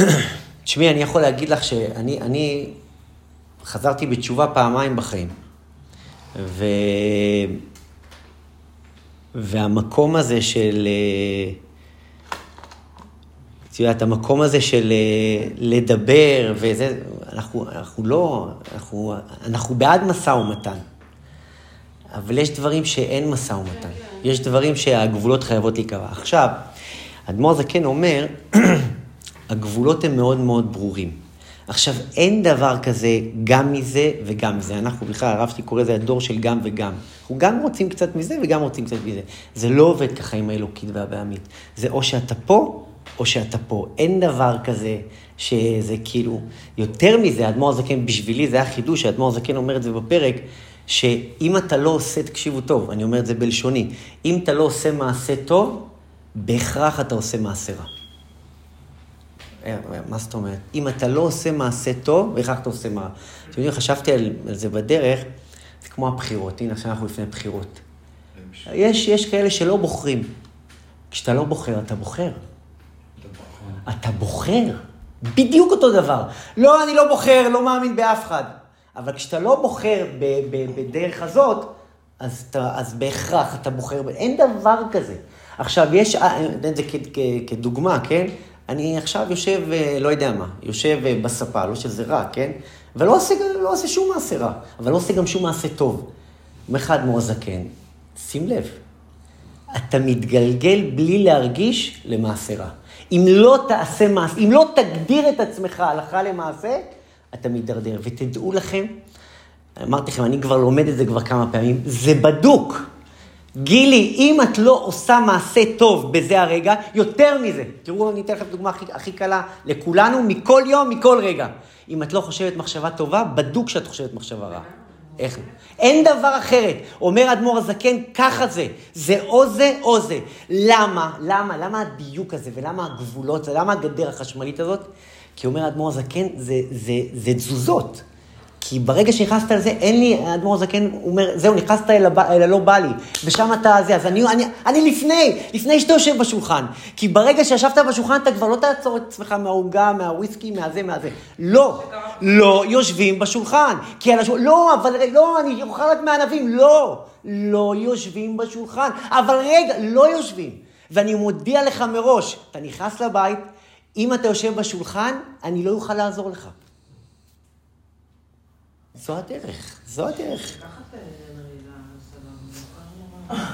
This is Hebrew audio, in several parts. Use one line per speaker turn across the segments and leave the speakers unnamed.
תשמעי, אני יכול להגיד לך שאני חזרתי בתשובה פעמיים בחיים. והמקום הזה של... את יודעת, המקום הזה של לדבר וזה, אנחנו בעד משא ומתן. אבל יש דברים שאין משא ומתן. יש דברים שהגבולות חייבות להיקבע. עכשיו, אדמו"ר הזקן אומר, הגבולות הם מאוד מאוד ברורים. עכשיו, אין דבר כזה גם מזה וגם מזה. אנחנו בכלל, הרב שלי קורא לזה הדור של גם וגם. אנחנו גם רוצים קצת מזה וגם רוצים קצת מזה. זה לא עובד ככה עם האלוקית והבעמית. זה או שאתה פה, או שאתה פה. אין דבר כזה שזה כאילו, יותר מזה, האדמו"ר הזקן בשבילי, זה היה חידוש, האדמו"ר הזקן אומר את זה בפרק, שאם אתה לא עושה, תקשיבו טוב, אני אומר את זה בלשוני, אם אתה לא עושה מעשה טוב, בהכרח אתה עושה מעשה רע. מה זאת אומרת? אם אתה לא עושה מעשה טוב, בהכרח אתה עושה מה? אתם יודעים, חשבתי על זה בדרך, זה כמו הבחירות, הנה עכשיו אנחנו לפני בחירות. יש כאלה שלא בוחרים. כשאתה לא בוחר, אתה בוחר. אתה בוחר. בדיוק אותו דבר. לא, אני לא בוחר, לא מאמין באף אחד. אבל כשאתה לא בוחר בדרך הזאת, אז בהכרח אתה בוחר. אין דבר כזה. עכשיו, יש, זה כדוגמה, כן? אני עכשיו יושב, לא יודע מה, יושב בספה, לא שזה רע, כן? ולא עושה שום מעשה רע, אבל לא עושה גם שום מעשה טוב. אחד מאוד זקן, שים לב, אתה מתגלגל בלי להרגיש למעשה רע. אם לא תעשה מעשה, אם לא תגדיר את עצמך הלכה למעשה, אתה מתדרדר. ותדעו לכם, אמרתי לכם, אני כבר לומד את זה כבר כמה פעמים, זה בדוק. גילי, אם את לא עושה מעשה טוב בזה הרגע, יותר מזה. תראו, אני אתן לכם דוגמה הכי קלה לכולנו, מכל יום, מכל רגע. אם את לא חושבת מחשבה טובה, בדוק שאת חושבת מחשבה רעה. איך? אין דבר אחרת. אומר אדמו"ר הזקן, ככה זה. זה או זה או זה. למה? למה הדיוק הזה ולמה הגבולות, למה הגדר החשמלית הזאת? כי אומר אדמו"ר הזקן, זה תזוזות. כי ברגע שנכנסת על זה, אין לי, אדמו"ר הזקן אומר, זהו, נכנסת אל הלא בא לי, ושם אתה זה, אז אני לפני שאתה יושב בשולחן, כי ברגע שישבת בשולחן, אתה כבר לא תעצור את עצמך מהעוגה, מהוויסקי, מהזה. לא יושבים בשולחן, כי על השולחן, לא, אני אוכל רק מהענבים, לא יושבים בשולחן, אבל רגע, לא יושבים, ואני מודיע לך מראש, אתה נכנס לבית, אם אתה יושב בשולחן, אני לא אוכל לעזור לך. זו הדרך.
ככה נרידה, סלם.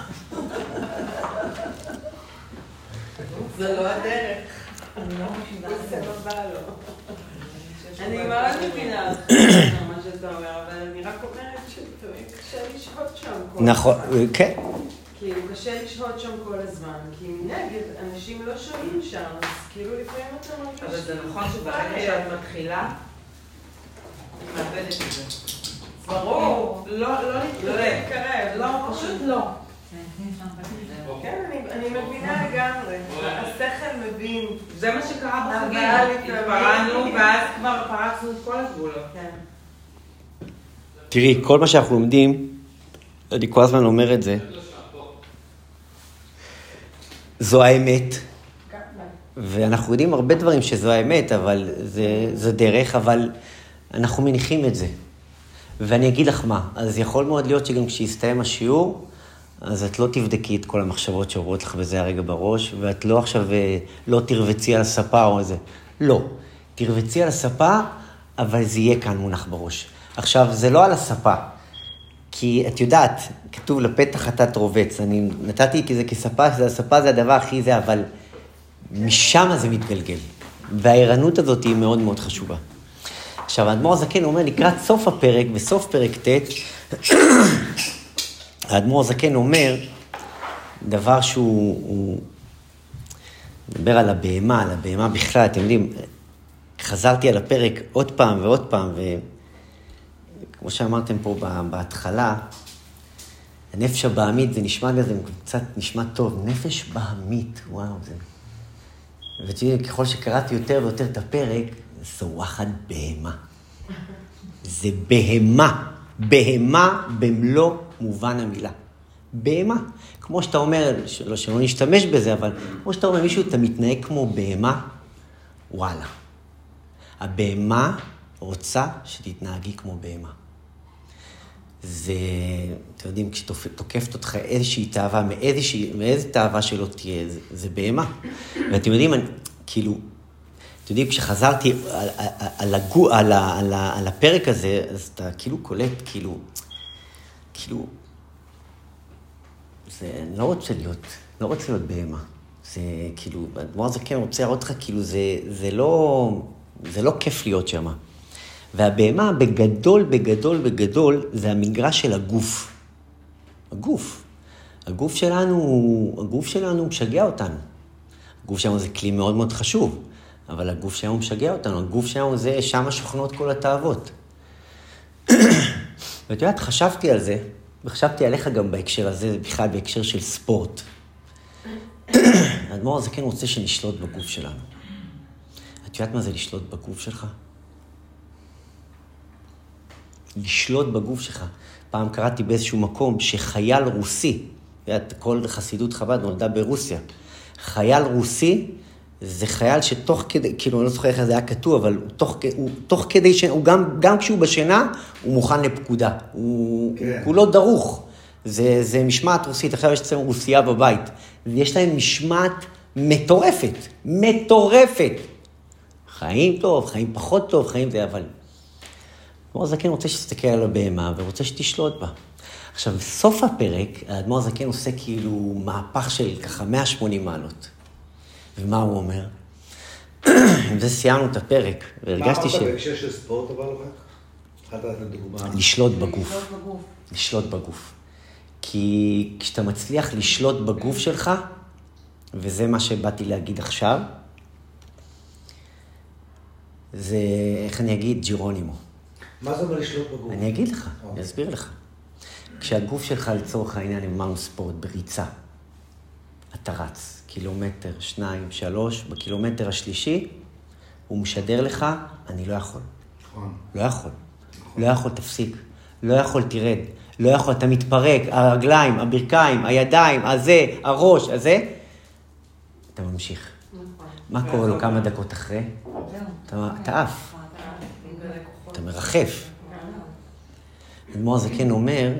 זה לא הדרך.
אני לא מבינה.
זה לא בא לו. אני ממש מבינה מה שאתה אומר, אבל אני רק אומרת שקשה לשהות שם כל הזמן.
נכון, כן.
כאילו, קשה לשהות שם כל הזמן, כי מנגד, אנשים לא שומעים שם, אז כאילו לפעמים אתה מרגיש...
אבל זה נכון שברגע שאת מתחילה, את מאבדת את זה.
ברור, לא להתקרב, לא, פשוט לא. כן, אני מבינה לגמרי. השכל מבין.
זה מה שקרה בחגים. התפרענו, ואז כבר פרצנו את כל הגבולות.
תראי, כל מה שאנחנו לומדים, אני כל הזמן אומר את זה, זו האמת. ואנחנו יודעים הרבה דברים שזו האמת, אבל זה דרך, אבל אנחנו מניחים את זה. ואני אגיד לך מה, אז יכול מאוד להיות שגם כשיסתיים השיעור, אז את לא תבדקי את כל המחשבות שעוברות לך בזה הרגע בראש, ואת לא עכשיו לא תרבצי על הספה או איזה. לא, תרבצי על הספה, אבל זה יהיה כאן מונח בראש. עכשיו, זה לא על הספה, כי את יודעת, כתוב לפתח אתה תרובץ, אני נתתי כי זה כספה, הספה זה הדבר הכי זה, אבל משם זה מתגלגל. והערנות הזאת היא מאוד מאוד חשובה. עכשיו, האדמו"ר הזקן אומר, לקראת סוף הפרק, בסוף פרק ט', האדמו"ר הזקן אומר, דבר שהוא מדבר על הבהמה בכלל, אתם יודעים, חזרתי על הפרק עוד פעם ועוד פעם, וכמו שאמרתם פה בהתחלה, הנפש הבהמית, זה נשמע כזה, קצת נשמע טוב, נפש בהמית, וואו, זה... ותראי, ככל שקראתי יותר ויותר את הפרק, זו וואחד בהמה. זה בהמה במלוא מובן המילה. בהמה. כמו שאתה אומר, שלא נשתמש בזה, אבל כמו שאתה אומר, מישהו, אתה מתנהג כמו בהמה, וואלה. הבהמה רוצה שתתנהגי כמו בהמה. זה, אתם יודעים, כשתוקפת אותך איזושהי תאווה, מאיזה תאווה שלא תהיה, זה בהמה. ואתם יודעים, כאילו, אתם יודעים, כשחזרתי על הפרק הזה, אז אתה כאילו קולט, כאילו, אני לא רוצה להיות בהמה. זה כאילו, הדבר הזה כן רוצה להראות לך, כאילו, זה לא כיף להיות שמה. והבהמה בגדול, זה המגרש של הגוף. הגוף שלנו משגע אותנו. הגוף שלנו זה כלי מאוד מאוד חשוב, אבל הגוף שלנו משגע אותנו. הגוף שלנו זה, שם שוכנות כל התאוות. ואת יודעת, חשבתי על זה, וחשבתי עליך גם בהקשר הזה, בכלל בהקשר של ספורט. האדמו"ר הזה כן רוצה שנשלוט בגוף שלנו. את יודעת מה זה לשלוט בגוף שלך? לשלוט בגוף שלך. פעם קראתי באיזשהו מקום שחייל רוסי, כל חסידות חב"ד נולדה ברוסיה, חייל רוסי זה חייל שתוך כדי, כאילו אני לא זוכר איך זה היה כתוב, אבל תוך כדי, גם כשהוא בשינה, הוא מוכן לפקודה. הוא כולו דרוך. זה משמעת רוסית. עכשיו יש אצלנו רוסייה בבית. ויש להם משמעת מטורפת. חיים טוב, חיים פחות טוב, חיים זה, אבל... האדמו"ר הזקן רוצה שתסתכל על הבהמה, ורוצה שתשלוט בה. עכשיו, בסוף הפרק, האדמו"ר הזקן עושה כאילו מהפך של ככה 180 מעלות. ומה הוא אומר? עם זה סיימנו את הפרק, והרגשתי
מה אמרת בהקשר של ספורט אבל לך? התחלת לתת דוגמה.
לשלוט בגוף. כי כשאתה מצליח לשלוט בגוף שלך, וזה מה שבאתי להגיד עכשיו, זה, איך אני אגיד, ג'ירונימו.
מה זה אומר לשלוט בגוף?
אני אגיד לך, אני אסביר לך. כשהגוף שלך לצורך העניין עם מאוס ספורט בריצה, אתה רץ קילומטר, 2, 3, בקילומטר השלישי, הוא משדר לך, אני לא יכול. לא יכול, תפסיק. לא יכול, תרד. לא יכול, אתה מתפרק, הרגליים, הברכיים, הידיים, הזה, הראש, הזה. אתה ממשיך. מה קורה לו כמה דקות אחרי? אתה עף. אתה מרחף. האדמו"ר הזקן אומר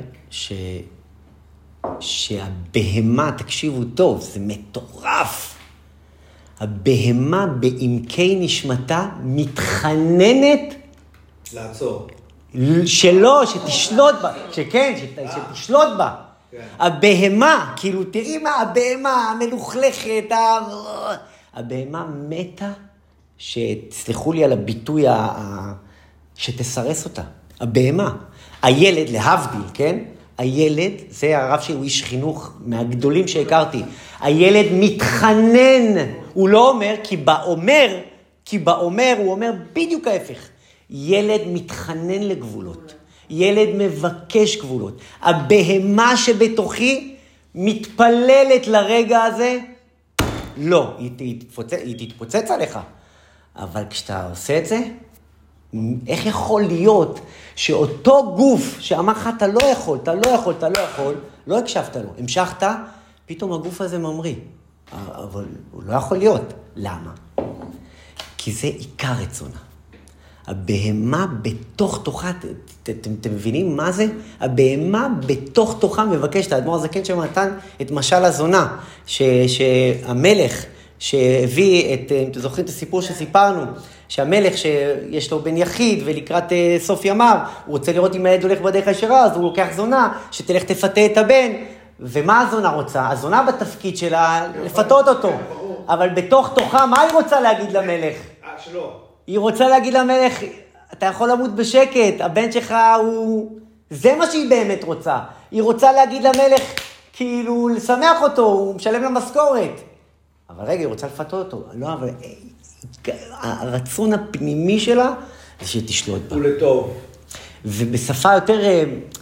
שהבהמה, תקשיבו טוב, זה מטורף. הבהמה בעמקי נשמתה מתחננת
לעצור.
שלא, שתשלוט בה, שתשלוט בה. הבהמה, כאילו תראי מה, הבהמה המלוכלכת, הבהמה מתה, שתסלחו לי על הביטוי שתסרס אותה. הבהמה, הילד להבדיל, כן? הילד, זה הרב שהוא איש חינוך מהגדולים שהכרתי. הילד מתחנן, הוא לא אומר, כי באומר, הוא אומר בדיוק ההפך. ילד מתחנן לגבולות. ילד מבקש גבולות. הבהמה שבתוכי מתפללת לרגע הזה, לא, היא תתפוצץ עליך. אבל כשאתה עושה את זה, איך יכול להיות שאותו גוף שאמר לך, אתה לא יכול, לא הקשבת לו, המשכת, פתאום הגוף הזה ממריא. אבל הוא לא יכול להיות. למה? כי זה עיקר רצונה. הבהמה בתוך תוכה, אתם מבינים מה זה? הבהמה בתוך תוכה מבקשת. האדמו"ר הזקן שנתן את משל הזונה, שהמלך שהביא אם אתם זוכרים את הסיפור שסיפרנו, שהמלך שיש לו בן יחיד ולקראת סוף ימיו, הוא רוצה לראות אם הילד הולך בדרך הישרה, אז הוא לוקח זונה שתלך תפתה את הבן. ומה הזונה רוצה? הזונה בתפקיד שלה לפתות אותו. אבל בתוך תוכה, מה היא רוצה להגיד למלך?
שלא.
היא רוצה להגיד למלך, אתה יכול למות בשקט, הבן שלך הוא... זה מה שהיא באמת רוצה. היא רוצה להגיד למלך, כאילו, לשמח אותו, הוא משלם לה משכורת. אבל רגע, היא רוצה לפתות אותו. לא, אבל הרצון הפנימי שלה זה שתשלוט בה.
ולטוב.
ובשפה יותר,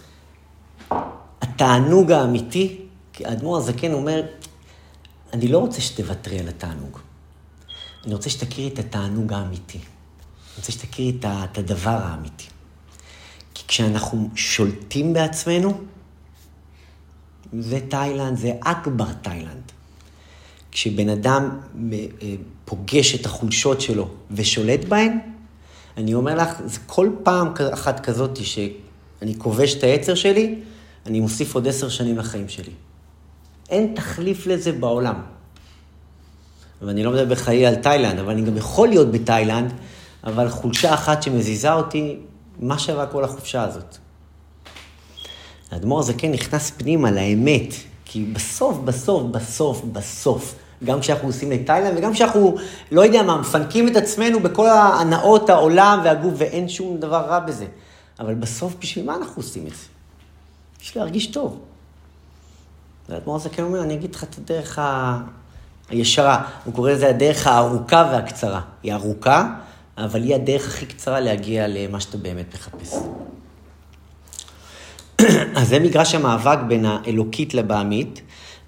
התענוג האמיתי, כי האדמו"ר הזקן אומר, אני לא רוצה שתוותרי על התענוג. אני רוצה שתכירי את התענוג האמיתי. אני רוצה שתכירי את הדבר האמיתי. כי כשאנחנו שולטים בעצמנו, זה תאילנד, זה אכבר תאילנד. כשבן אדם פוגש את החולשות שלו ושולט בהן, אני אומר לך, זה כל פעם אחת כזאת שאני כובש את היצר שלי, אני מוסיף עוד 10 שנים לחיים שלי. אין תחליף לזה בעולם. ואני לא מדבר בחיי על תאילנד, אבל אני גם יכול להיות בתאילנד, אבל חולשה אחת שמזיזה אותי, מה שווה כל החופשה הזאת? האדמו"ר הזקן נכנס פנימה לאמת, כי בסוף, גם כשאנחנו עושים לתאילנד, וגם כשאנחנו, לא יודע מה, מפנקים את עצמנו בכל ההנאות העולם והגוף, ואין שום דבר רע בזה. אבל בסוף, בשביל מה אנחנו עושים את זה? בשביל להרגיש טוב. האדמו"ר הזקן אומר, אני אגיד לך את הדרך הישרה. הוא קורא לזה הדרך הארוכה והקצרה. היא ארוכה, אבל היא הדרך הכי קצרה להגיע למה שאתה באמת מחפש. אז זה מגרש המאבק בין האלוקית לבעמית,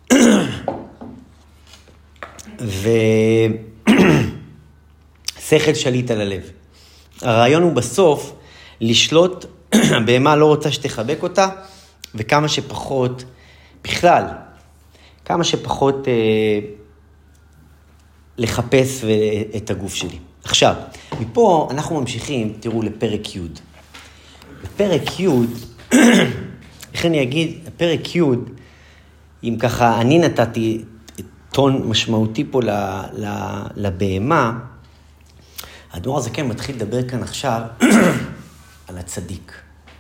ושכל שליט על הלב. הרעיון הוא בסוף לשלוט, הבהמה לא רוצה שתחבק אותה, וכמה שפחות, בכלל, כמה שפחות לחפש את הגוף שלי. עכשיו, מפה אנחנו ממשיכים, תראו, לפרק י'. בפרק י', איך אני אגיד, פרק י', אם ככה אני נתתי טון משמעותי פה לבהמה, האדמו"ר הזקן מתחיל לדבר כאן עכשיו על הצדיק.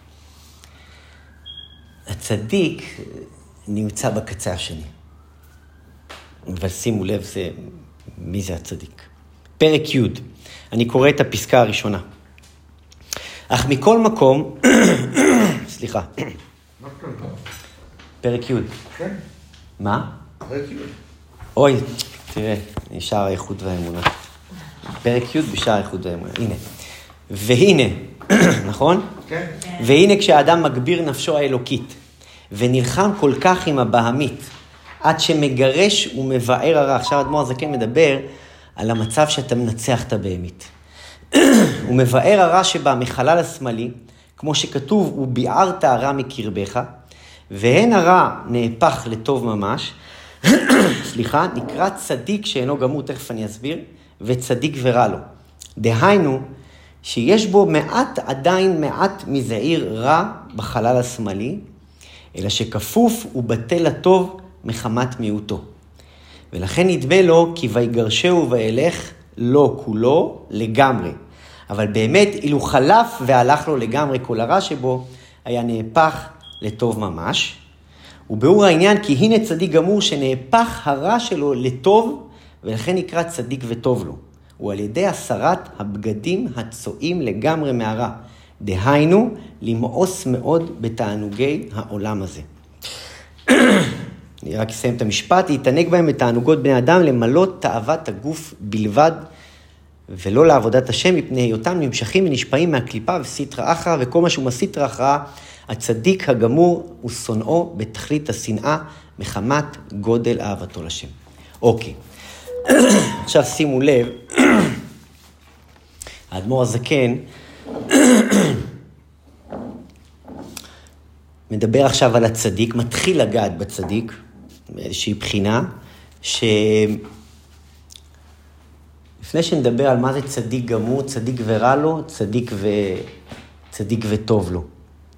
הצדיק נמצא בקצה השני. אבל שימו לב, מי זה הצדיק? פרק י', אני קורא את הפסקה הראשונה. אך מכל מקום, סליחה, פרק י'.
כן.
מה?
פרק י'.
אוי, תראה, שער האיכות והאמונה. פרק י' בשער האיכות והאמונה. הנה. והנה, נכון?
כן.
והנה כשאדם מגביר נפשו האלוקית, ונלחם כל כך עם הבהמית, עד שמגרש ומבאר הרע. עכשיו האדמו"ר הזקן מדבר על המצב שאתה מנצח את הבהמית. הוא מבאר הרע שבא מחלל השמאלי, כמו שכתוב, הוא ביערת הרע מקרבך, והן הרע נהפך לטוב ממש, סליחה, נקרא צדיק שאינו גמור, תכף אני אסביר, וצדיק ורע לו. דהיינו, שיש בו עדיין מעט מזעיר רע בחלל השמאלי, אלא שכפוף ובטל הטוב מחמת מיעוטו. ולכן נדמה לו כי ויגרשהו וילך לו כולו לגמרי. אבל באמת, אילו חלף והלך לו לגמרי כל הרע שבו, היה נהפך לטוב ממש. וביאור העניין, כי הנה צדיק גמור שנהפך הרע שלו לטוב, ולכן נקרא צדיק וטוב לו. הוא על ידי הסרת הבגדים הצועים לגמרי מהרע. דהיינו, למאוס מאוד בתענוגי העולם הזה. אני רק אסיים את המשפט, להתענג בהם בתענוגות בני אדם, למלות תאוות הגוף בלבד, ולא לעבודת השם, מפני היותם נמשכים ונשפעים מהקליפה וסיטרא אחרא, וכל מה שהוא מסיטרא אחרא, הצדיק הגמור הוא שונאו בתכלית השנאה, מחמת גודל אהבתו לשם. אוקיי. עכשיו שימו לב, האדמו"ר הזקן מדבר עכשיו על הצדיק, מתחיל לגעת בצדיק, באיזושהי בחינה, לפני שנדבר על מה זה צדיק גמור, צדיק ורע לו, צדיק וטוב לו.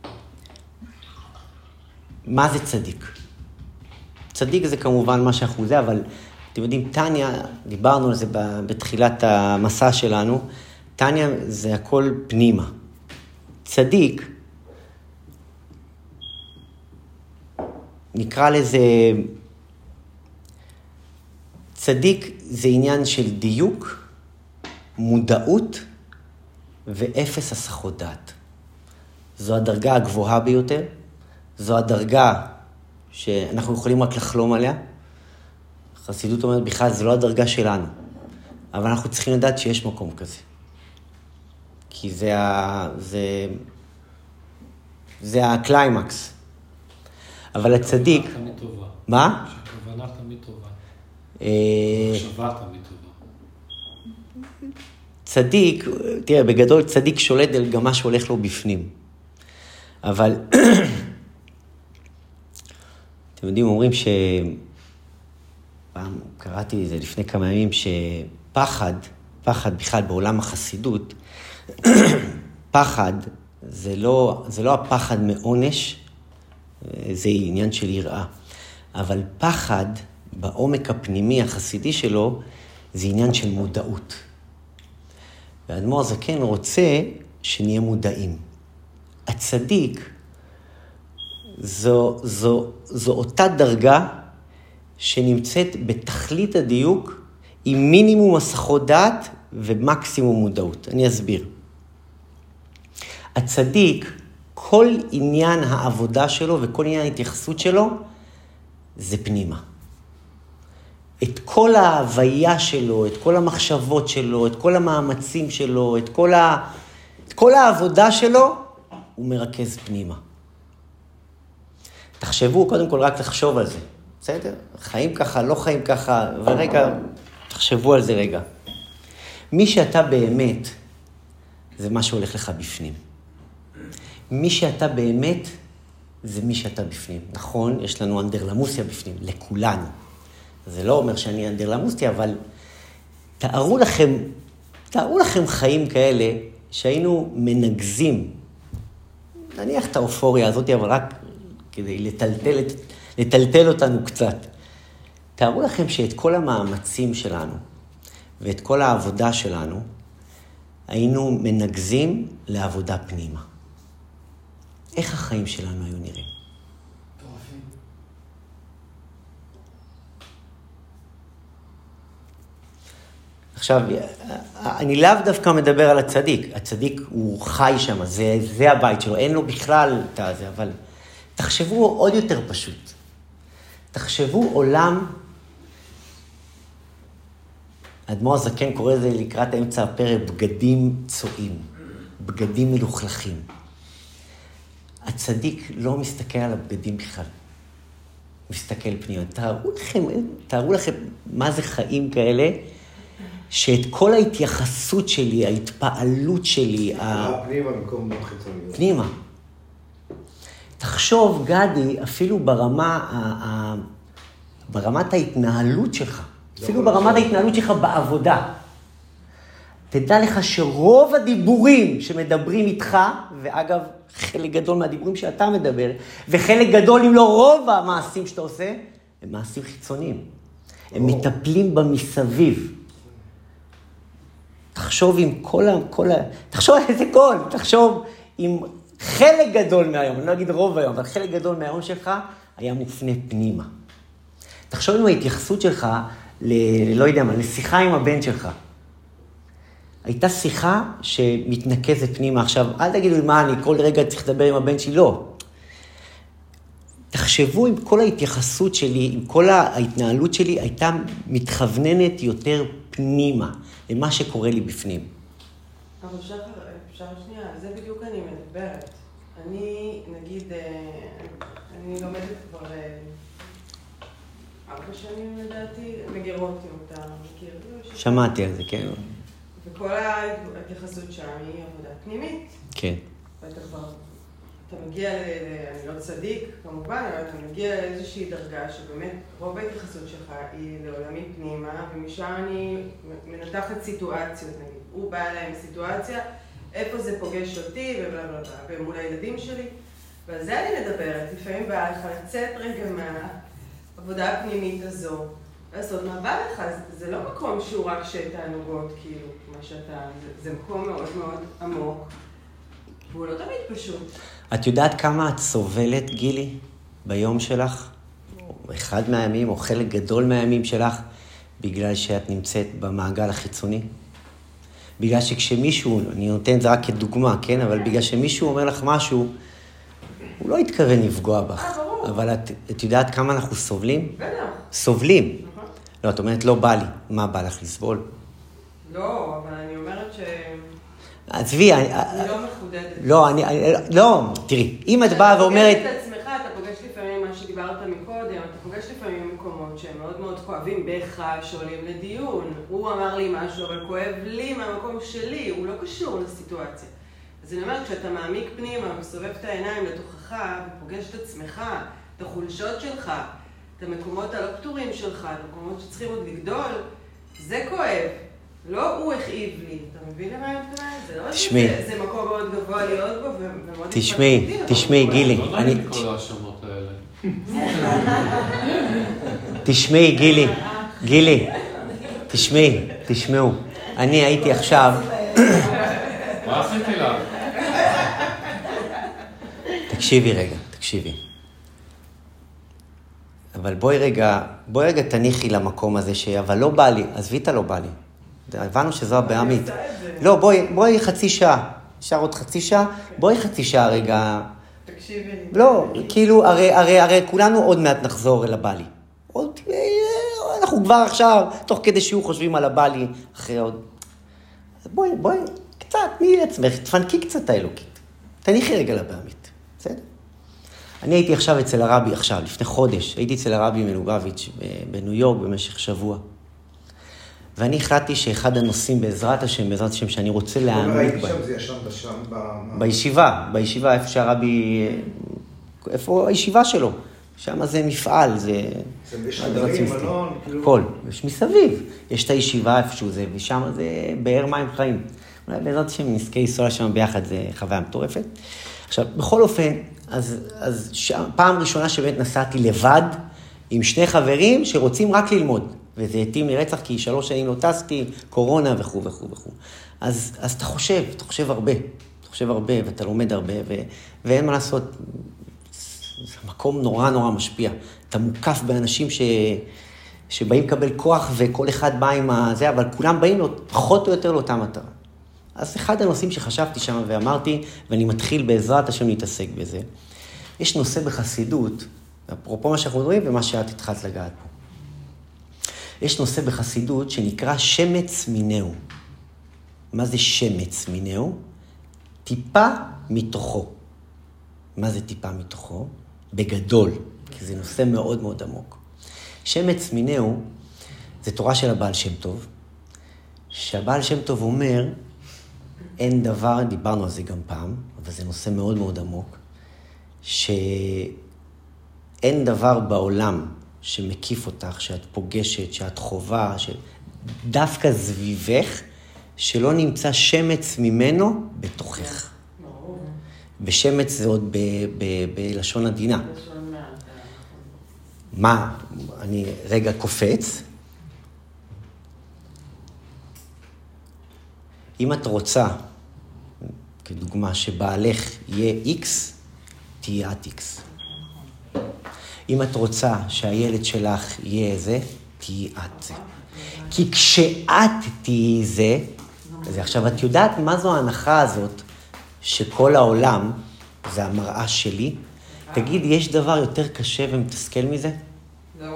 מה זה צדיק? צדיק זה כמובן מה שאנחנו זה, אבל אתם יודעים, טניה, דיברנו על זה בתחילת המסע שלנו, טניה זה הכל פנימה. צדיק, נקרא לזה, צדיק זה עניין של דיוק, מודעות ואפס הסחות דעת. זו הדרגה הגבוהה ביותר, זו הדרגה שאנחנו יכולים רק לחלום עליה. חסידות אומרת בכלל, זה לא הדרגה שלנו, אבל אנחנו צריכים לדעת שיש מקום כזה. כי זה הקליימקס. אבל הצדיק...
שכוונה תמיד טובה.
מה?
שכוונה תמיד טובה. מחשבה תמיד טובה.
צדיק, תראה, בגדול צדיק שולט על גם מה שהולך לו בפנים. אבל... אתם יודעים, אומרים פעם קראתי את זה לפני כמה ימים, פחד בכלל בעולם החסידות, פחד זה לא הפחד מעונש, זה עניין של יראה. אבל פחד, בעומק הפנימי החסידי שלו, זה עניין של מודעות. והאדמו"ר הזקן רוצה שנהיה מודעים. הצדיק זו אותה דרגה שנמצאת בתכלית הדיוק עם מינימום הסחות דעת ומקסימום מודעות. אני אסביר. הצדיק, כל עניין העבודה שלו וכל עניין ההתייחסות שלו זה פנימה. את כל ההוויה שלו, את כל המחשבות שלו, את כל המאמצים שלו, את כל העבודה שלו, הוא מרכז פנימה. תחשבו, קודם כל רק לחשוב על זה. בסדר? חיים ככה, לא חיים ככה, ורגע, תחשבו על זה רגע. מי שאתה באמת, זה מה שהולך לך בפנים. מי שאתה באמת, זה מי שאתה בפנים. נכון, יש לנו אנדרלמוסיה בפנים, לכולנו. זה לא אומר שאני אנדרלמוסיה, אבל תארו לכם חיים כאלה שהיינו מנגזים. נניח את האופוריה הזאת, אבל רק כדי לטלטל אותנו קצת. תארו לכם שאת כל המאמצים שלנו ואת כל העבודה שלנו היינו מנגזים לעבודה פנימה. איך החיים שלנו היו נראים? עכשיו, אני לאו דווקא מדבר על הצדיק. הצדיק הוא חי שם, זה הבית שלו, אין לו בכלל את זה, אבל תחשבו עוד יותר פשוט. תחשבו עולם, האדמו"ר הזקן קורא לזה לקראת אמצע הפרק, בגדים צועים, בגדים מלוכלכים. הצדיק לא מסתכל על הבגדים בכלל, מסתכל פנימה. תארו לכם מה זה חיים כאלה, שאת כל ההתייחסות שלי, ההתפעלות שלי,
פנימה במקום חיצוניות.
פנימה. תחשוב, גדי, אפילו ברמת ההתנהלות שלך, אפילו ברמת ההתנהלות שלך בעבודה. תדע לך שרוב הדיבורים שמדברים איתך, ואגב, חלק גדול מהדיבורים שאתה מדבר, וחלק גדול, אם לא רוב המעשים שאתה עושה, הם מעשים חיצוניים. הם מטפלים במסביב. תחשוב עם תחשוב איזה קול, תחשוב עם חלק גדול מהיום, אני לא אגיד רוב היום, אבל חלק גדול מהיום שלך היה מופנה פנימה. תחשוב עם ההתייחסות שלך, לא יודע מה, לשיחה עם הבן שלך. הייתה שיחה שמתנקזת פנימה. עכשיו, אל תגידו לי מה, אני כל רגע צריך לדבר עם הבן שלי, לא. תחשבו עם כל ההתייחסות שלי, עם כל ההתנהלות שלי, הייתה מתכווננת יותר פנימה, למה שקורה לי בפנים.
אבל אפשר שנייה, זה בדיוק אני מדברת. אני, נגיד, אני לומדת כבר 4 שנים לדעתי, מגירות עם אותה, מכיר?
שמעתי על זה, כן.
וכל ההתייחסות שם היא עבודה פנימית.
כן.
ואתה כבר, אתה מגיע אני לא צדיק, כמובן, אבל אתה מגיע לאיזושהי דרגה שבאמת רוב ההתייחסות שלך היא לעולמי פנימה, ומשם אני מנתחת סיטואציות, נגיד. הוא בא אליי עם סיטואציה, איפה זה פוגש אותי, ובלה בלה בלה, ומול הילדים שלי. ועל זה אני מדברת, לפעמים בא לך לצאת רגע מהעבודה הפנימית הזו, לעשות מה בא לך, זה לא מקום שהוא רק שתענוגות, כאילו, מה שאתה, זה מקום מאוד מאוד עמוק, והוא לא תמיד פשוט.
את יודעת כמה את סובלת, גילי, ביום שלך? או אחד מהימים, או חלק גדול מהימים שלך, בגלל שאת נמצאת במעגל החיצוני? בגלל שכשמישהו, אני נותן את זה רק כדוגמה, כן? אבל בגלל שמישהו אומר לך משהו, הוא לא התכוון לפגוע בך. אבל את יודעת כמה אנחנו סובלים?
בטח.
סובלים. לא, את אומרת, לא בא לי. מה בא לך לסבול?
לא, אבל אני אומרת ש...
עזבי,
אני לא מחודדת.
לא, תראי, אם את באה ואומרת...
אתה פוגש את עצמך, אתה פוגש לפעמים מה שדיברת מקודם, אתה פוגש לפעמים מקומות שהם מאוד מאוד כואבים בך, שעולים לדיון. הוא אמר לי משהו, אבל כואב לי מהמקום שלי, הוא לא קשור לסיטואציה. אז אני אומרת, כשאתה מעמיק פנימה, מסובב את העיניים לתוכך, ופוגש את עצמך, את החולשות שלך, את המקומות הלא פתורים שלך, את המקומות שצריכים עוד לגדול, זה כואב. לא הוא הכאיב לי, אתה מבין למה אני מתכוונת? זה לא
תשמעי.
זה מקום מאוד גבוה להיות בו ומאוד...
תשמעי, גילי.
לא מעניין כל ההאשמות האלה.
תשמעי, גילי. תשמעו. אני הייתי עכשיו...
מה עשיתי לה?
תקשיבי. אבל בואי רגע תניחי למקום הזה אבל לא בא לי, עזבי את הלא בא לי. הבנו שזו הבעיה אמיתית. לא, בואי חצי שעה. אפשר עוד חצי שעה? בואי חצי שעה רגע.
תקשיבי.
לא, כאילו, הרי כולנו עוד מעט נחזור אל הבא לי. אנחנו כבר עכשיו, תוך כדי שיהיו חושבים על הבא לי, אחרי עוד... בואי, קצת, תני לעצמך, תפנקי קצת האלוקית. תניחי רגע לבעמית, בסדר? אני הייתי עכשיו אצל הרבי, לפני חודש, הייתי אצל הרבי מלובביץ' בניו יורק במשך שבוע. ואני החלטתי שאחד הנושאים בעזרת השם, שאני רוצה להעמיק בהם.
ראיתי שם, זה ישבת שם
בישיבה, איפה שהרבי, איפה הישיבה שלו? שם זה מפעל, זה...
יש חדרים, מלון, כאילו...
הכל, יש מסביב. יש את הישיבה איפשהו זה, ושם זה באר מים חיים. אולי בעזרת השם נזכה לנסוע שם ביחד, זה חוויה מטורפת. עכשיו, בכל אופן, אז פעם ראשונה שבאמת נסעתי לבד, עם שני חברים שרוצים רק ללמוד. וזה התאים לי רצח, כי 3 שנים לא טסתי, קורונה וכו'. אז אתה חושב הרבה, ואתה לומד הרבה, ואין מה לעשות, זה מקום נורא משפיע. אתה מוקף באנשים שבאים לקבל כוח, וכל אחד בא עם זה, אבל כולם באים פחות או יותר לאותה מטרה. אז אחד הנושאים שחשבתי שם ואמרתי, ואני מתחיל בעזרת השם להתעסק בזה, יש נושא בחסידות, אפרופו מה שאנחנו מדברים ומה שאת התחלת לגעת פה. יש נושא בחסידות שנקרא שמץ מינהו. מה זה שמץ מינהו? טיפה מתוכו. מה זה טיפה מתוכו? בגדול, כי זה נושא מאוד מאוד עמוק. שמץ מינהו זה תורה של הבעל שם טוב, שהבעל שם טוב אומר, אין דבר, דיברנו על זה גם פעם, אבל זה נושא מאוד מאוד עמוק, שאין דבר בעולם שמקיף אותך, שאת פוגשת, שאת חובה, שדווקא סביבך, שלא נמצא שמץ ממנו בתוכך. ושמץ זה עוד בלשון עדינה. מה? אני רגע קופץ. אם את רוצה, כדוגמה, שבעלך יהיה X, תהיה את X. אם את רוצה שהילד שלך יהיה זה, תהיה את זה. כי כשאת תהיי זה, עכשיו את יודעת מה זו ההנחה הזאת, שכל העולם זה המראה שלי? תגיד, יש דבר יותר קשה ומתסכל מזה?
לא.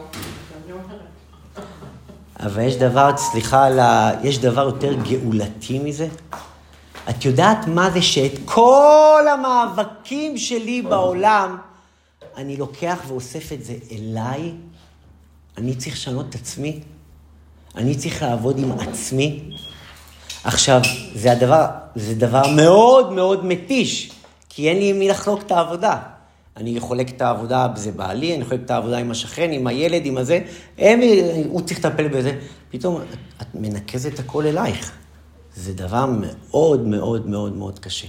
אבל יש דבר יותר גאולתי מזה? את יודעת מה זה שאת כל המאבקים שלי בעולם, אני לוקח ואוסף את זה אליי? אני צריך לשנות את עצמי? אני צריך לעבוד עם עצמי? עכשיו, זה דבר מאוד מאוד מתיש, כי אין לי מי לחלוק את העבודה. אני חולק את העבודה, זה בעלי, אני חולק את העבודה עם השכן, עם הילד, עם הזה, הוא צריך לטפל בזה. פתאום את מנקזת הכל אלייך. זה דבר מאוד מאוד מאוד מאוד קשה.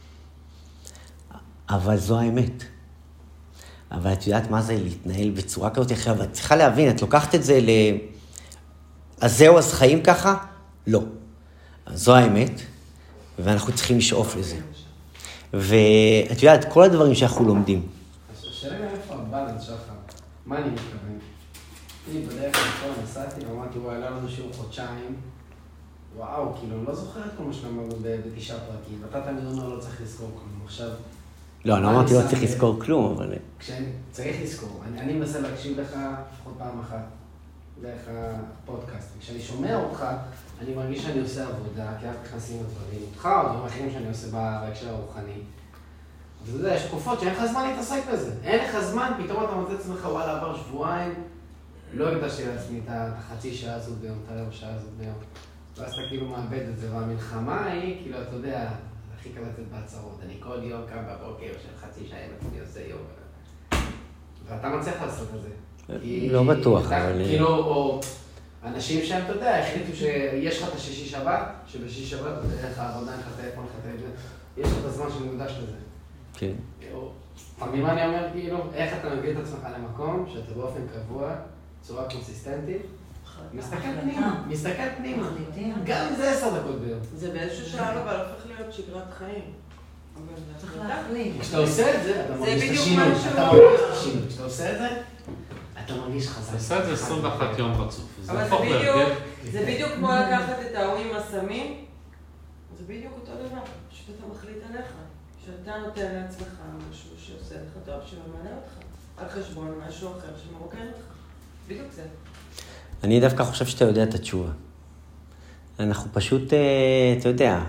אבל זו האמת. אבל את יודעת מה זה להתנהל בצורה כזאת אחרת, אבל את צריכה להבין, את לוקחת את זה אז זהו, אז חיים ככה? לא. אז זו האמת, ואנחנו צריכים לשאוף לזה. ואת יודעת, כל הדברים שאנחנו לומדים.
אז השאלה איפה הבאלנס שלך, מה אני מתכוון? אני בדרך כלל נסעתי ואמרתי, וואי, היה לנו שיעור חודשיים, וואו, כאילו, אני לא זוכר את כל מה שלמדנו ב9 פרקים, ואתה תמיד אומר, לא צריך לזכור כלום. עכשיו...
לא, אני אמרתי, לא צריך לזכור כלום, אבל...
צריך לזכור. אני מנסה להקשיב לך לפחות פעם אחת, דרך הפודקאסט. כשאני שומע אותך, אני מרגיש שאני עושה עבודה, כי אז נכנסים לדברים אותך, או דברים אחרים שאני עושה בהקשר הרוחני. ואתה יודע, יש תקופות שאין לך זמן להתעסק בזה. אין לך זמן, פתאום אתה מוצא עצמך, וואלה, עבר שבועיים, לא הקדשתי לעצמי את החצי שעה הזאת ביום, את הרבע שעה הזאת ביום. ואז אתה כאילו מאבד את זה, והמלחמה היא, כאילו, אתה יודע, הכי קל לצאת בהצהרות. אני כל יום קם בבוקר של חצי שעה, אני עושה יום. ואתה מצליח לעשות את זה.
לא בטוח, אבל...
כאילו, או... אנשים שהם, אתה יודע, החליטו שיש לך את השישי שבת, שבשישי שבת אתה תלך לך עבודה, לך טלפון, לך טלפון, יש לך את הזמן שמוקדש לזה.
כן.
לפעמים אני אומר, כאילו, איך אתה מביא את עצמך למקום שאתה באופן קבוע, צורה קונסיסטנטית, מסתכל פנימה. גם אם זה 10 דקות ביום.
זה באיזשהו שלב אבל הופך להיות שגרת חיים.
צריך להחליט.
כשאתה עושה את זה, אתה מרגיש את
בדיוק
השינוי.
משהו.
אתה מרגיש את השינוי. כשאתה עושה את זה, אתה מרגיש חזק.
עושה את זה 21 יום רצוף.
אבל זה בדיוק כמו לקחת את ההוא עם הסמים, זה בדיוק אותו דבר, פשוט אתה מחליט עליך, שאתה נותן לעצמך משהו שעושה לך טוב, שממלא אותך, על חשבון משהו אחר שמרוקן אותך, בדיוק זה.
אני דווקא חושב שאתה יודע את התשובה. אנחנו פשוט, אתה יודע,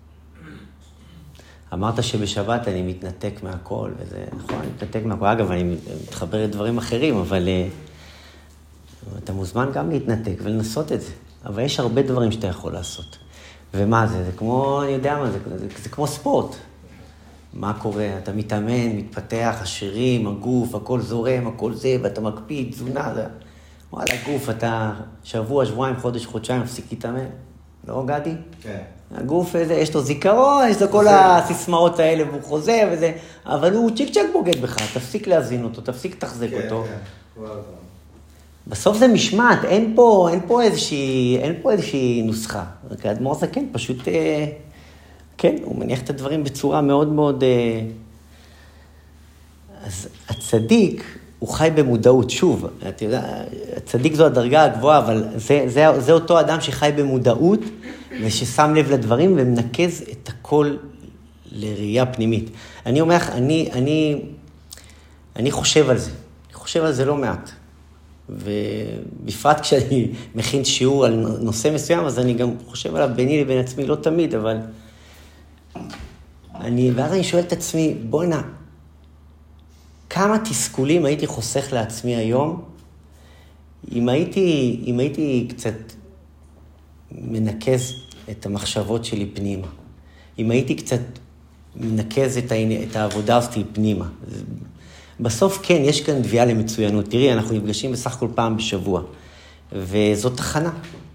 אמרת שבשבת אני מתנתק מהכל, וזה נכון, אני מתנתק מהכל. אגב, אני מתחבר לדברים אחרים, אבל אתה מוזמן גם להתנתק ולנסות את זה. אבל יש הרבה דברים שאתה יכול לעשות. ומה זה? זה כמו, אני יודע מה זה, זה כמו ספורט. מה קורה? אתה מתאמן, מתפתח, השירים, הגוף, הכל זורם, הכל זה, ואתה מקפיד, תזונה, זה... וואלה, גוף, אתה שבוע, שבועיים, חודש, חודשיים, מפסיק להתאמן. לא, גדי?
כן.
הגוף הזה, יש לו זיכרון, יש לו כל הסיסמאות האלה, והוא חוזר וזה, אבל הוא צ'יק צ'ק בוגד בך, תפסיק להזין אותו, תפסיק לתחזק אותו.
כן.
בסוף זה משמעת, אין פה איזושהי נוסחה. רק האדמו"ר זקן פשוט, כן, הוא מניח את הדברים בצורה מאוד מאוד... אז הצדיק, הוא חי במודעות, שוב, אתה יודע, הצדיק זו הדרגה הגבוהה, אבל זה אותו אדם שחי במודעות, וששם לב לדברים ומנקז את הכל לראייה פנימית. אני אומר לך, אני חושב על זה. אני חושב על זה לא מעט. ובפרט כשאני מכין שיעור על נושא מסוים, אז אני גם חושב עליו ביני לבין עצמי, לא תמיד, אבל... ואז אני שואל את עצמי, בואי נע, כמה תסכולים הייתי חוסך לעצמי היום, אם הייתי קצת מנקז את המחשבות שלי פנימה. אם הייתי קצת מנקז את העבודה הזאת פנימה. בסוף כן, יש כאן דביעה למצוינות. תראי, אנחנו נפגשים בסך כל פעם בשבוע, וזאת תחנה.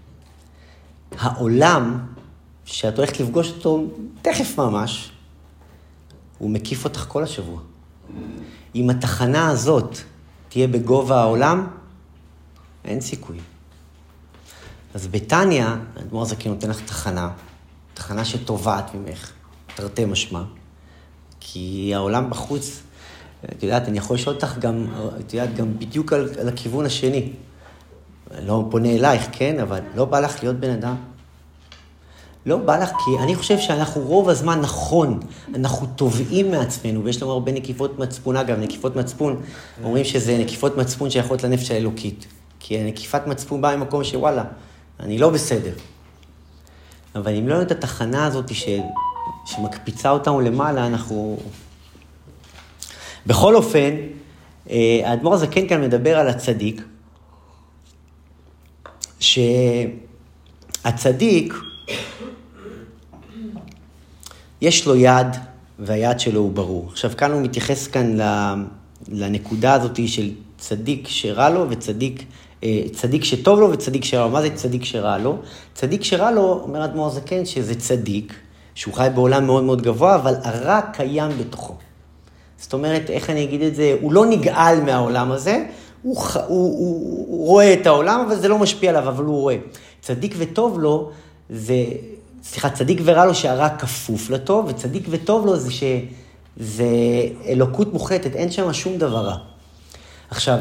העולם, שאת הולכת לפגוש אותו תכף ממש, הוא מקיף אותך כל השבוע. אם התחנה הזאת תהיה בגובה העולם, אין סיכוי. אז בתניה, האדמו"ר הזקן נותן לך תחנה שטובעת ממך, תרתי משמע, כי העולם בחוץ, את יודעת, אני יכול לשאול אותך גם, את יודעת, גם בדיוק על הכיוון השני. לא פונה אלייך, כן, אבל לא בא לך להיות בן אדם. לא בא לך, כי אני חושב שאנחנו רוב הזמן נכון, אנחנו טובעים מעצמנו, ויש לנו הרבה נקיפות מצפון. אגב, נקיפות מצפון, אומרים שזה נקיפות מצפון שיכולות לנפש האלוקית. כי נקיפת מצפון באה ממקום שוואלה, אני לא בסדר. אבל אם לא יודעת את התחנה הזאת שמקפיצה אותנו למעלה, אנחנו... בכל אופן, האדמו"ר הזקן כאן מדבר על הצדיק, שהצדיק, יש לו יד, והיד שלו הוא ברור. עכשיו, כאן הוא מתייחס כאן לנקודה הזאת של צדיק שרע לו, צדיק שטוב לו וצדיק שרע לו. מה זה צדיק שרע לו? צדיק שרע לו, אומר האדמו"ר הזקן, שזה צדיק, שהוא חי בעולם מאוד מאוד גבוה, אבל הרע קיים בתוכו. זאת אומרת, איך אני אגיד את זה? הוא לא נגעל מהעולם הזה, הוא רואה את העולם, אבל זה לא משפיע עליו, אבל הוא רואה. צדיק וטוב לו, צדיק ורע לו שהרע כפוף לטוב, וצדיק וטוב לו זה אלוקות מוחלטת, אין שם שום דבר רע. עכשיו,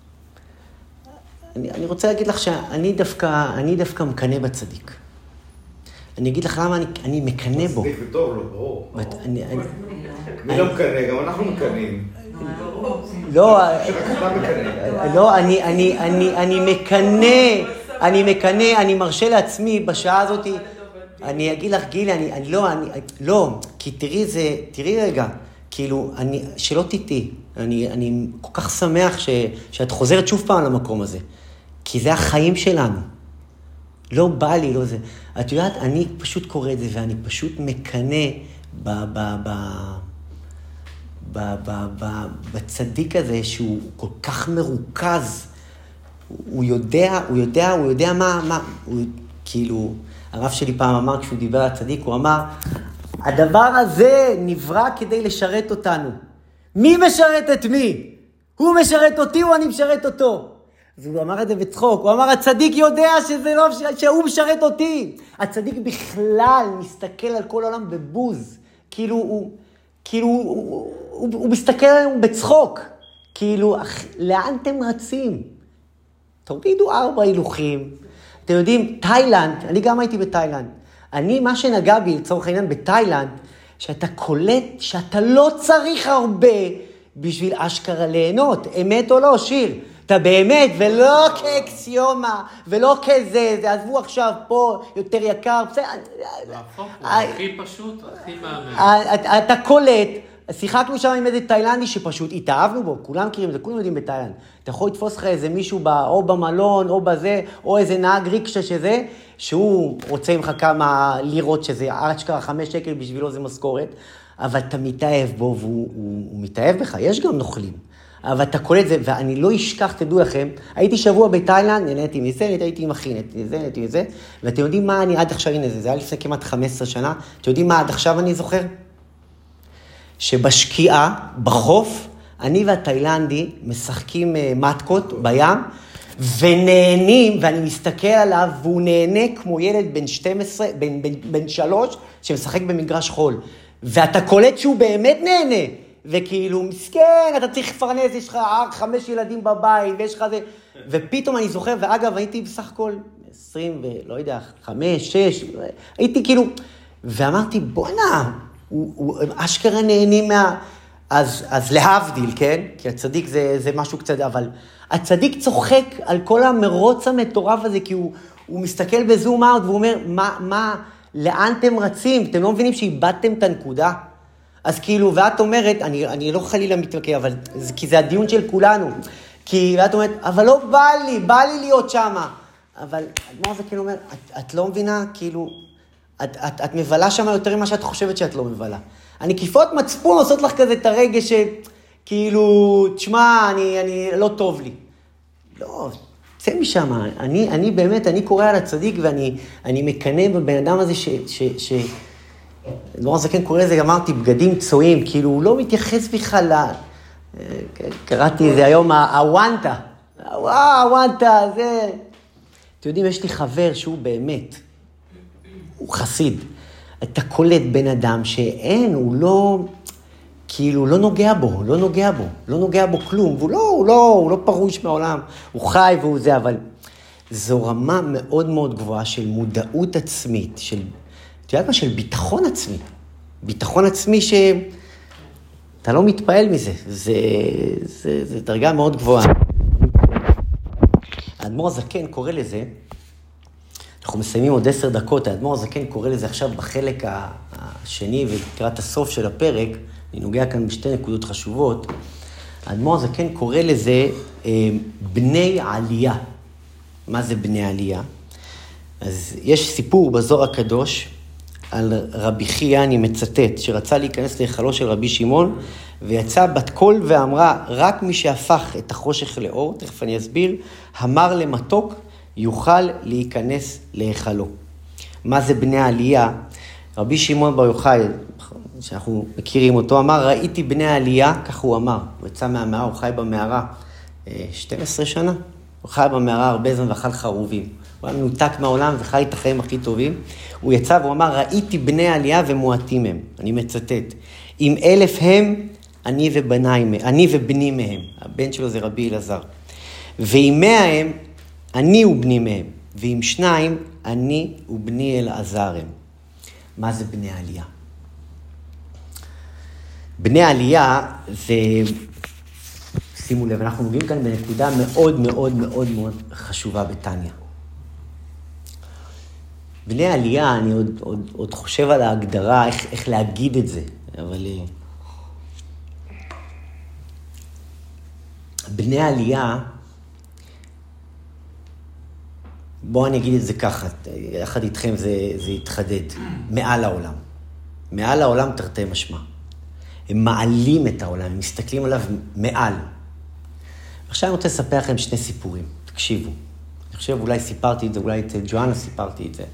אני רוצה להגיד לך שאני דווקא מקנה בצדיק. אני אגיד לך למה אני מקנה בו.
צדיק וטוב לו, ברור. מי לא מקנה? גם אנחנו מקנים.
לא, אני מקנה, אני מרשה לעצמי בשעה הזאת, אני אגיד לך, גילי, לא, כי תראי רגע, כאילו, שלא תטעי, אני כל כך שמח שאת חוזרת שוב פעם למקום הזה, כי זה החיים שלנו. לא בא לי, לא זה. את יודעת, אני פשוט קורא את זה, ואני פשוט מקנה בצדיק הזה, שהוא כל כך מרוכז, הוא יודע מה, כאילו, הרב שלי פעם אמר, כשהוא דיבר על הצדיק, הוא אמר, הדבר הזה נברא כדי לשרת אותנו. מי משרת את מי? הוא משרת אותי או אני משרת אותו? אז הוא אמר את זה בצחוק, הוא אמר, הצדיק יודע שהוא משרת אותי. הצדיק בכלל מסתכל על כל העולם בבוז, כאילו הוא מסתכל עלינו בצחוק, כאילו, לאן אתם רצים? תורידו 4 הילוכים. אתם יודעים, תאילנד, אני גם הייתי בתאילנד. מה שנגע בי, לצורך העניין, בתאילנד, שאתה קולט שאתה לא צריך הרבה בשביל אשכרה ליהנות, אמת או לא, שיר. אתה באמת, ולא כאקסיומה, ולא כזה, זה עזבו עכשיו פה יותר יקר, בסדר.
הכי פשוט, הכי מאמן.
אתה קולט, שיחקנו שם עם איזה תאילנדי שפשוט התאהבנו בו, כולם מכירים את זה, כולם יודעים בתאילנד. אתה יכול לתפוס לך איזה מישהו או במלון, או בזה, או איזה נהג ריקשה שזה, שהוא רוצה ממך כמה לירות שזה, אשכרה 5 שקל בשבילו זה משכורת, אבל אתה מתאהב בו, והוא מתאהב בך, יש גם נוכלים. אבל אתה קולט זה, ואני לא אשכח, תדעו לכם, הייתי שבוע בתאילנד, נהניתי מזה, הייתי עם אחי, נהניתי מזה, ואתם יודעים מה אני עד עכשיו, הנה זה היה לפני כמעט 15 שנה, אתם יודעים מה עד עכשיו אני זוכר? שבשקיעה, בחוף, אני והתאילנדי משחקים מתקות בים, ונהנים, ואני מסתכל עליו, והוא נהנה כמו ילד בן 12, בן 3, שמשחק במגרש חול. ואתה קולט שהוא באמת נהנה, וכאילו, מסכן, אתה צריך לפרנס, יש לך 5 ילדים בבית, ויש לך זה, ופתאום אני זוכר, ואגב, הייתי בסך הכל 20, ולא יודע, 5, 6, הייתי כאילו, ואמרתי, בוא'נה, הוא אשכרה נהנים אז להבדיל, כן? כי הצדיק זה משהו קצת, אבל הצדיק צוחק על כל המרוץ המטורף הזה, כי הוא מסתכל בזום אאוט, והוא אומר, לאן אתם רצים? אתם לא מבינים שאיבדתם את הנקודה? אז כאילו, ואת אומרת, אני לא חלילה מתווכח, אבל כי זה הדיון של כולנו, ואת אומרת, אבל לא בא לי להיות שמה. אבל מה זה כאילו אומר, את לא מבינה, כאילו, את מבלה שם יותר ממה שאת חושבת שאת לא מבלה. הנקיפות מצפון עושות לך כזה את הרגש שכאילו, תשמע, אני לא טוב לי. לא, צא משם. אני באמת, אני קורא על הצדיק ואני מקנא בבן אדם הזה לא זה כן קורא לזה, אמרתי, בגדים צועים, כאילו הוא לא מתייחס בכלל קראתי את זה היום, הוואנטה. הוואנטה, זה... אתם יודעים, יש לי חבר שהוא באמת, הוא חסיד. אתה קולט בן אדם שאין, הוא לא, כאילו, לא נוגע בו כלום, והוא לא פרוש מהעולם, הוא חי והוא זה, אבל זו רמה מאוד מאוד גבוהה של מודעות עצמית, אתה יודעת מה? של ביטחון עצמי שאתה לא מתפעל מזה, זה דרגה מאוד גבוהה. האדמו"ר הזקן קורא לזה, אנחנו מסיימים עוד 10 דקות, האדמו"ר הזקן קורא לזה עכשיו בחלק השני ולקראת הסוף של הפרק, אני נוגע כאן בשתי נקודות חשובות, האדמו"ר הזקן קורא לזה בני עלייה. מה זה בני עלייה? אז יש סיפור בזוהר הקדוש על רבי חייא, אני מצטט, שרצה להיכנס להיכלו של רבי שמעון, ויצא בת קול ואמרה, רק מי שהפך את החושך לאור, תכף אני אסביר, המר למתוק, יוכל להיכנס להיכלו. מה זה בני העלייה? רבי שמעון בר יוחאי, שאנחנו מכירים אותו, אמר, ראיתי בני העלייה, כך הוא אמר, הוא יצא מהמערה, הוא חי במערה 12 שנה, הוא חי במערה הרבה זמן ואכל חרובים. הוא היה מנותק מהעולם וחי את החיים הכי טובים. הוא יצא והוא אמר, ראיתי בני עלייה ומועטים הם. אני מצטט. אם 1,000 הם, אני ובני מהם. הבן שלו זה רבי אלעזר. ואם 100 הם, אני ובני מהם. ואם 2, אני ובני אלעזר הם. מה זה בני עלייה? בני עלייה זה... שימו לב, אנחנו מגיעים כאן בנקודה מאוד מאוד מאוד מאוד חשובה בתניא. בני עלייה, אני עוד חושב על ההגדרה, איך להגיד את זה, אבל... בני עלייה, בואו אני אגיד את זה ככה, יחד איתכם זה יתחדד, מעל העולם. מעל העולם תרתי משמע. הם מעלים את העולם, הם מסתכלים עליו מעל. עכשיו אני רוצה לספר לכם 2 סיפורים. תקשיבו. אני חושב, אולי סיפרתי את זה, אולי את ג'ואנה סיפרתי את זה.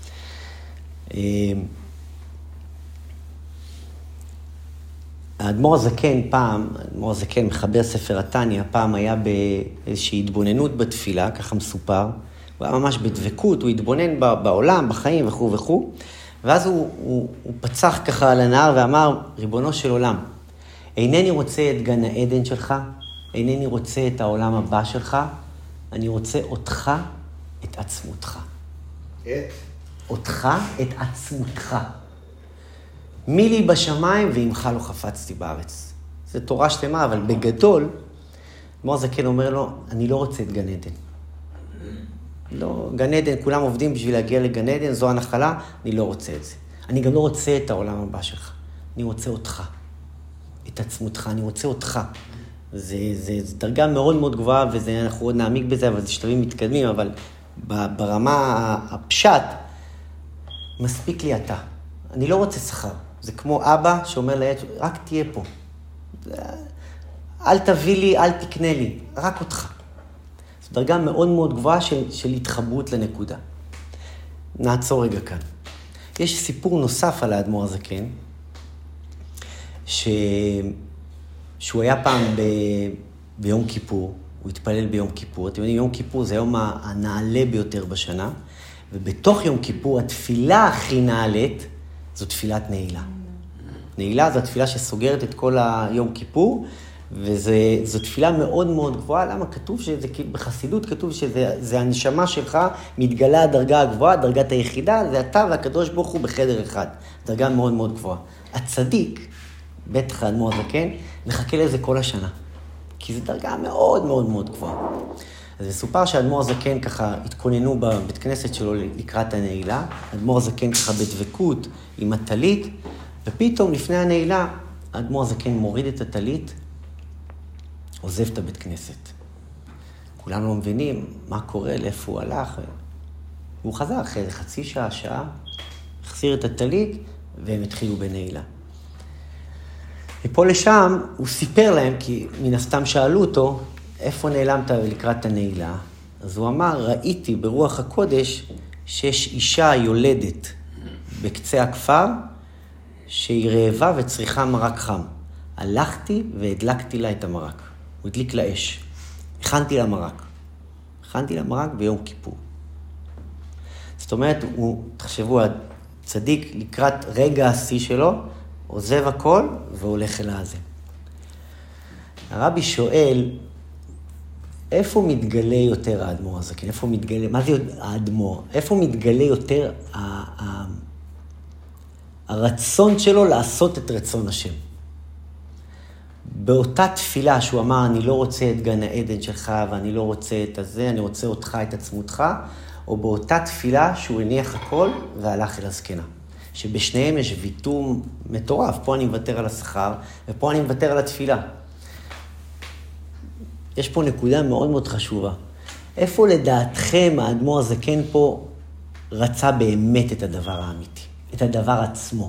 האדמו"ר הזקן פעם, האדמו"ר הזקן מחבר ספר התניא, פעם היה באיזושהי התבוננות בתפילה, ככה מסופר, הוא היה ממש בדבקות, הוא התבונן בעולם, בחיים וכו' וכו', ואז הוא פצח ככה על הנהר ואמר, ריבונו של עולם, אינני רוצה את גן העדן שלך, אינני רוצה את העולם הבא שלך, אני רוצה אותך, את עצמותך. אותך, את עצמותך. מי לי בשמיים ועמך לא חפצתי בארץ. זו תורה שלמה, אבל בגדול, האדמו"ר הזקן אומר לו, אני לא רוצה את גן עדן. לא, גן עדן, כולם עובדים בשביל להגיע לגן עדן, זו הנחלה, אני לא רוצה את זה. אני גם לא רוצה את העולם הבא שלך. אני רוצה אותך, את עצמותך, אני רוצה אותך. זה דרגה מאוד מאוד גבוהה, ואנחנו עוד נעמיק בזה, אבל זה שלבים מתקדמים, אבל ברמה הפשט, מספיק לי אתה. אני לא רוצה שכר. זה כמו אבא שאומר לילד, רק תהיה פה. אל תביא לי, אל תקנה לי, רק אותך. זו דרגה מאוד מאוד גבוהה של התחברות לנקודה. נעצור רגע כאן. יש סיפור נוסף על האדמו"ר הזקן, שהוא היה פעם ביום כיפור, הוא התפלל ביום כיפור. אתם יודעים, יום כיפור זה היום הנעלה ביותר בשנה, ובתוך יום כיפור התפילה הכי נעלית, זו תפילת נעילה. נעילה זו התפילה שסוגרת את כל היום כיפור, וזו תפילה מאוד מאוד גבוהה. למה? כתוב שזה, בחסידות כתוב שזה הנשמה שלך, מתגלה הדרגה הגבוהה, דרגת היחידה, זה אתה והקדוש ברוך הוא בחדר אחד. דרגה מאוד מאוד גבוהה. הצדיק, בטח האדמו"ר הזקן, מחכה לזה כל השנה. כי זו דרגה מאוד מאוד מאוד גבוהה. אז מסופר שהאדמו"ר הזקן ככה התכוננו בבית כנסת שלו לקראת הנעילה, האדמו"ר הזקן ככה בדבקות עם הטלית, ופתאום לפני הנעילה, האדמו"ר הזקן מוריד את הטלית, עוזב את הבית כנסת. כולם לא מבינים מה קורה, לאיפה הוא הלך. הוא חזר אחרי חצי שעה, שעה, החזיר את הטלית, והם התחילו בנעילה. מפה לשם הוא סיפר להם, כי מן הסתם שאלו אותו, איפה נעלמת לקראת הנעילה? אז הוא אמר, ראיתי ברוח הקודש שיש אישה יולדת בקצה הכפר, שהיא רעבה וצריכה מרק חם. הלכתי והדלקתי לה את המרק. הוא הדליק לה אש. הכנתי לה מרק ביום כיפור. זאת אומרת, תחשבו, הצדיק לקראת רגע השיא שלו, עוזב הכל והולך אל הזה. הרבי שואל, איפה מתגלה יותר האדמו"ר הזקן? איפה מתגלה, מה זה האדמו"ר? איפה מתגלה יותר הרצון שלו לעשות את רצון השם? באותה תפילה שהוא אמר, אני לא רוצה את גן העדן שלך, ואני לא רוצה את הזה, אני רוצה אותך, את עצמותך, או באותה תפילה שהוא הניח הכל והלך אל הזקנה. שבשניהם יש ויתור מטורף. פה אני מוותר על השכר, ופה אני מוותר על התפילה. יש פה נקודה מאוד מאוד חשובה. איפה לדעתכם האדמו"ר הזקן פה רצה באמת את הדבר האמיתי, את הדבר עצמו?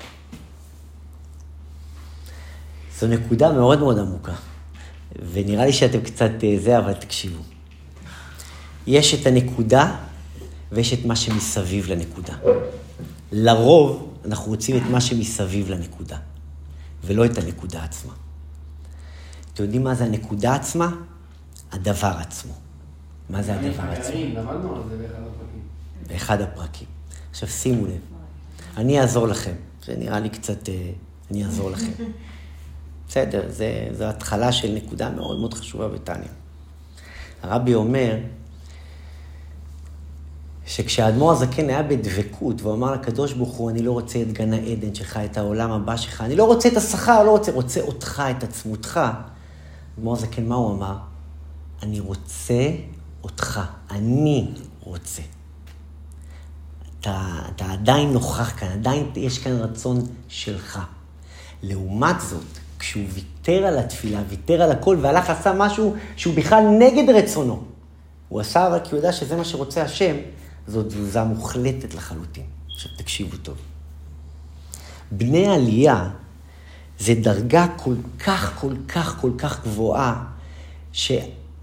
זו נקודה מאוד מאוד עמוקה, ונראה לי שאתם קצת זה, אבל תקשיבו. יש את הנקודה ויש את מה שמסביב לנקודה. לרוב אנחנו רוצים את מה שמסביב לנקודה, ולא את הנקודה עצמה. אתם יודעים מה זה הנקודה עצמה? הדבר עצמו. מה זה הדבר עצמו?
למדנו על זה באחד הפרקים.
באחד הפרקים. עכשיו שימו לב, אני אעזור לכם. זה נראה לי קצת, אני אעזור לכם. בסדר, זו התחלה של נקודה מאוד מאוד חשובה בתניא. הרבי אומר, שכשהאדמו"ר הזקן היה בדבקות, והוא אמר לקדוש ברוך הוא, אני לא רוצה את גן העדן שלך, את העולם הבא שלך, אני לא רוצה את השכר, לא רוצה אותך, את עצמותך. האדמו"ר הזקן, מה הוא אמר? אני רוצה אותך, אני רוצה. אתה עדיין נוכח כאן, עדיין יש כאן רצון שלך. לעומת זאת, כשהוא ויתר על התפילה, ויתר על הכל, והלך עשה משהו שהוא בכלל נגד רצונו. הוא עשה רק כי הוא יודע שזה מה שרוצה השם, זו תזוזה מוחלטת לחלוטין. עכשיו תקשיבו טוב. בני עלייה זה דרגה כל כך גבוהה,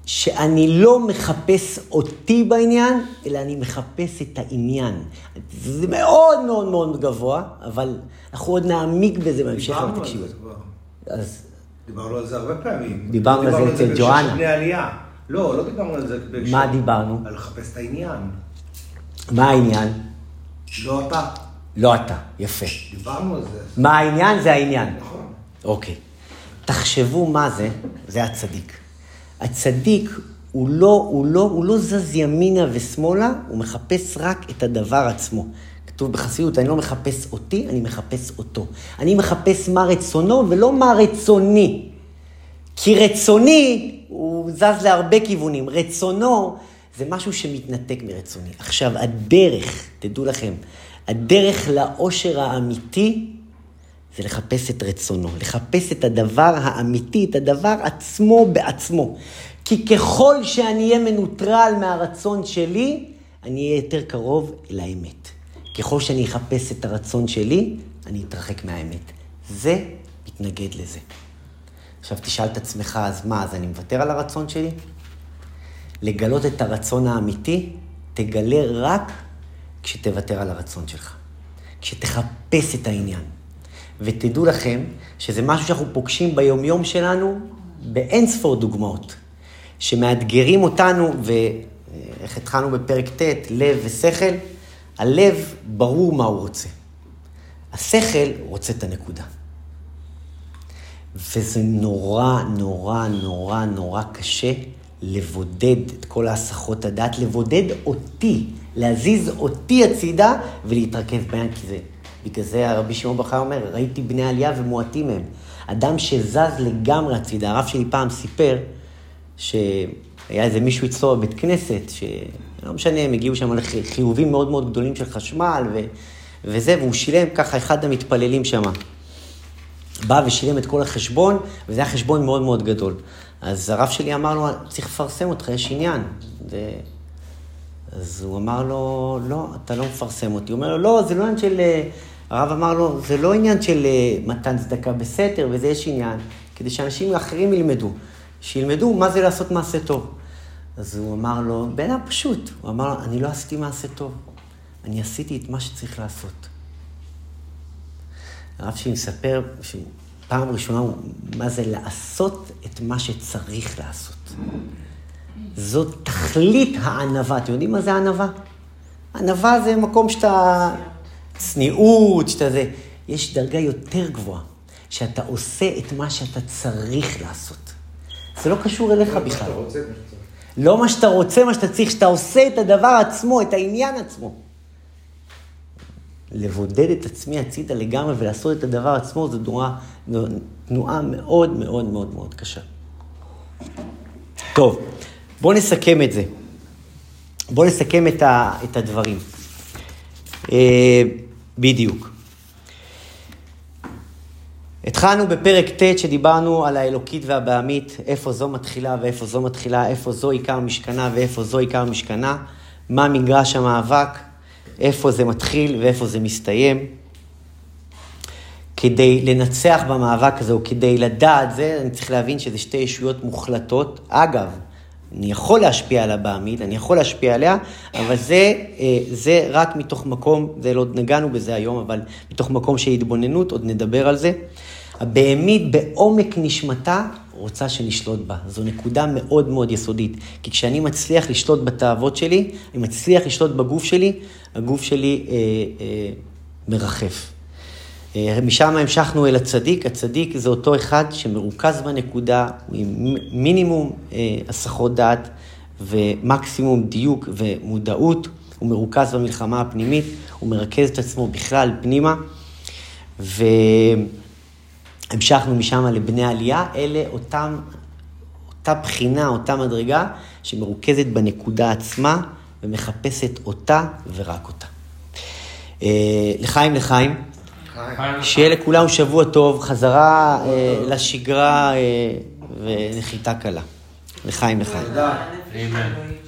שאני לא מחפש אותי בעניין, אלא אני מחפש את העניין. זה מאוד מאוד מאוד גבוה, אבל אנחנו עוד נעמיק בזה בהמשך לתקשיב.
דיברנו על זה הרבה פעמים.
דיברנו על זה אצל ג'ואנה.
לא דיברנו על זה.
מה דיברנו?
על לחפש את העניין.
מה העניין?
לא אתה.
לא אתה, יפה.
דיברנו על זה.
מה העניין? זה העניין.
נכון.
אוקיי. תחשבו מה זה, זה הצדיק. הצדיק הוא לא זז ימינה ושמאלה, הוא מחפש רק את הדבר עצמו. כתוב בחסידות, אני לא מחפש אותי, אני מחפש אותו. אני מחפש מה רצונו ולא מה רצוני. כי רצוני הוא זז להרבה כיוונים. רצונו זה משהו שמתנתק מרצוני. עכשיו, הדרך, תדעו לכם, הדרך לאושר האמיתי זה לחפש את רצונו, לחפש את הדבר האמיתי, את הדבר עצמו בעצמו. כי ככל שאני אהיה מנוטרל מהרצון שלי, אני אהיה יותר קרוב אל האמת. ככל שאני אחפש את הרצון שלי, אני אתרחק מהאמת. זה מתנגד לזה. עכשיו תשאל את עצמך, אז מה, אז אני מוותר על הרצון שלי? לגלות את הרצון האמיתי, תגלה רק כשתוותר על הרצון שלך. כשתחפש את העניין. ותדעו לכם שזה משהו שאנחנו פוגשים ביומיום שלנו באין ספור דוגמאות, שמאתגרים אותנו, ואיך התחלנו בפרק ט', לב ושכל, הלב ברור מה הוא רוצה. השכל רוצה את הנקודה. וזה נורא, נורא, נורא, נורא קשה לבודד את כל ההסחות הדעת, לבודד אותי, להזיז אותי הצידה ולהתרכז בעניין, כי זה, בגלל זה הרבי שמעון בר חיים אומר, ראיתי בני עלייה ומועטים מהם. אדם שזז לגמרי הצידה. הרב שלי פעם סיפר שהיה איזה מישהו אצלו בבית כנסת, שלא משנה, הם הגיעו שם לחיובים מאוד מאוד גדולים של חשמל וזה, והוא שילם ככה אחד המתפללים שם. בא ושילם את כל החשבון, וזה היה חשבון מאוד מאוד גדול. אז הרב שלי אמר לו, צריך לפרסם אותך, יש עניין. אז הוא אמר לו, לא, אתה לא מפרסם אותי. הוא אומר לו, לא, זה לא עניין של... הרב אמר לו, זה לא עניין של מתן צדקה בסתר, וזה יש עניין, כדי שאנשים אחרים ילמדו. שילמדו מה זה לעשות מעשה טוב. אז הוא אמר לו, בעיניו פשוט. הוא אמר לו, אני לא עשיתי מעשה טוב. אני עשיתי את מה שצריך לעשות. הרב שלי מספר שפעם ראשונה מה זה לעשות את מה שצריך לעשות. זאת תכלית הענווה. אתם יודעים מה זה הענווה? הענווה זה מקום שאתה צניעות, שאתה זה. יש דרגה יותר גבוהה, שאתה עושה את מה שאתה צריך לעשות. זה לא קשור אליך בכלל. לא מה שאתה רוצה, מה שאתה צריך, שאתה עושה את הדבר עצמו, את העניין עצמו. לבודד את עצמי הצידה לגמרי ולעשות את הדבר עצמו, זו תנועה מאוד מאוד מאוד מאוד קשה. טוב, בואו נסכם את זה. בואו נסכם את הדברים. בדיוק. התחלנו בפרק ט' שדיברנו על האלוקית והבהמית, איפה זו מתחילה ואיפה זו מתחילה, איפה זו עיקר משכנה ואיפה זו עיקר משכנה, מה מגרש המאבק, איפה זה מתחיל ואיפה זה מסתיים. כדי לנצח במאבק הזה, או כדי לדעת זה, אני צריך להבין שזה שתי ישויות מוחלטות. אגב, אני יכול להשפיע על הבהמית, אני יכול להשפיע עליה, אבל זה רק מתוך מקום, זה לא נגענו בזה היום, אבל מתוך מקום של התבוננות, עוד נדבר על זה. הבהמית בעומק נשמתה רוצה שנשלוט בה. זו נקודה מאוד מאוד יסודית. כי כשאני מצליח לשלוט בתאוות שלי, אני מצליח לשלוט בגוף שלי, הגוף שלי מרחף. משם המשכנו אל הצדיק. הצדיק זה אותו אחד שמרוכז בנקודה, עם מינימום הסחות דעת ומקסימום דיוק ומודעות. הוא מרוכז במלחמה הפנימית, הוא מרכז את עצמו בכלל פנימה. המשכנו משם לבני עלייה, אלה אותה בחינה, אותה מדרגה, שמרוכזת בנקודה עצמה, ומחפשת אותה ורק אותה. לחיים. שיהיה לכולם שבוע טוב, חזרה לשגרה ונחיתה קלה. לחיים.
תודה.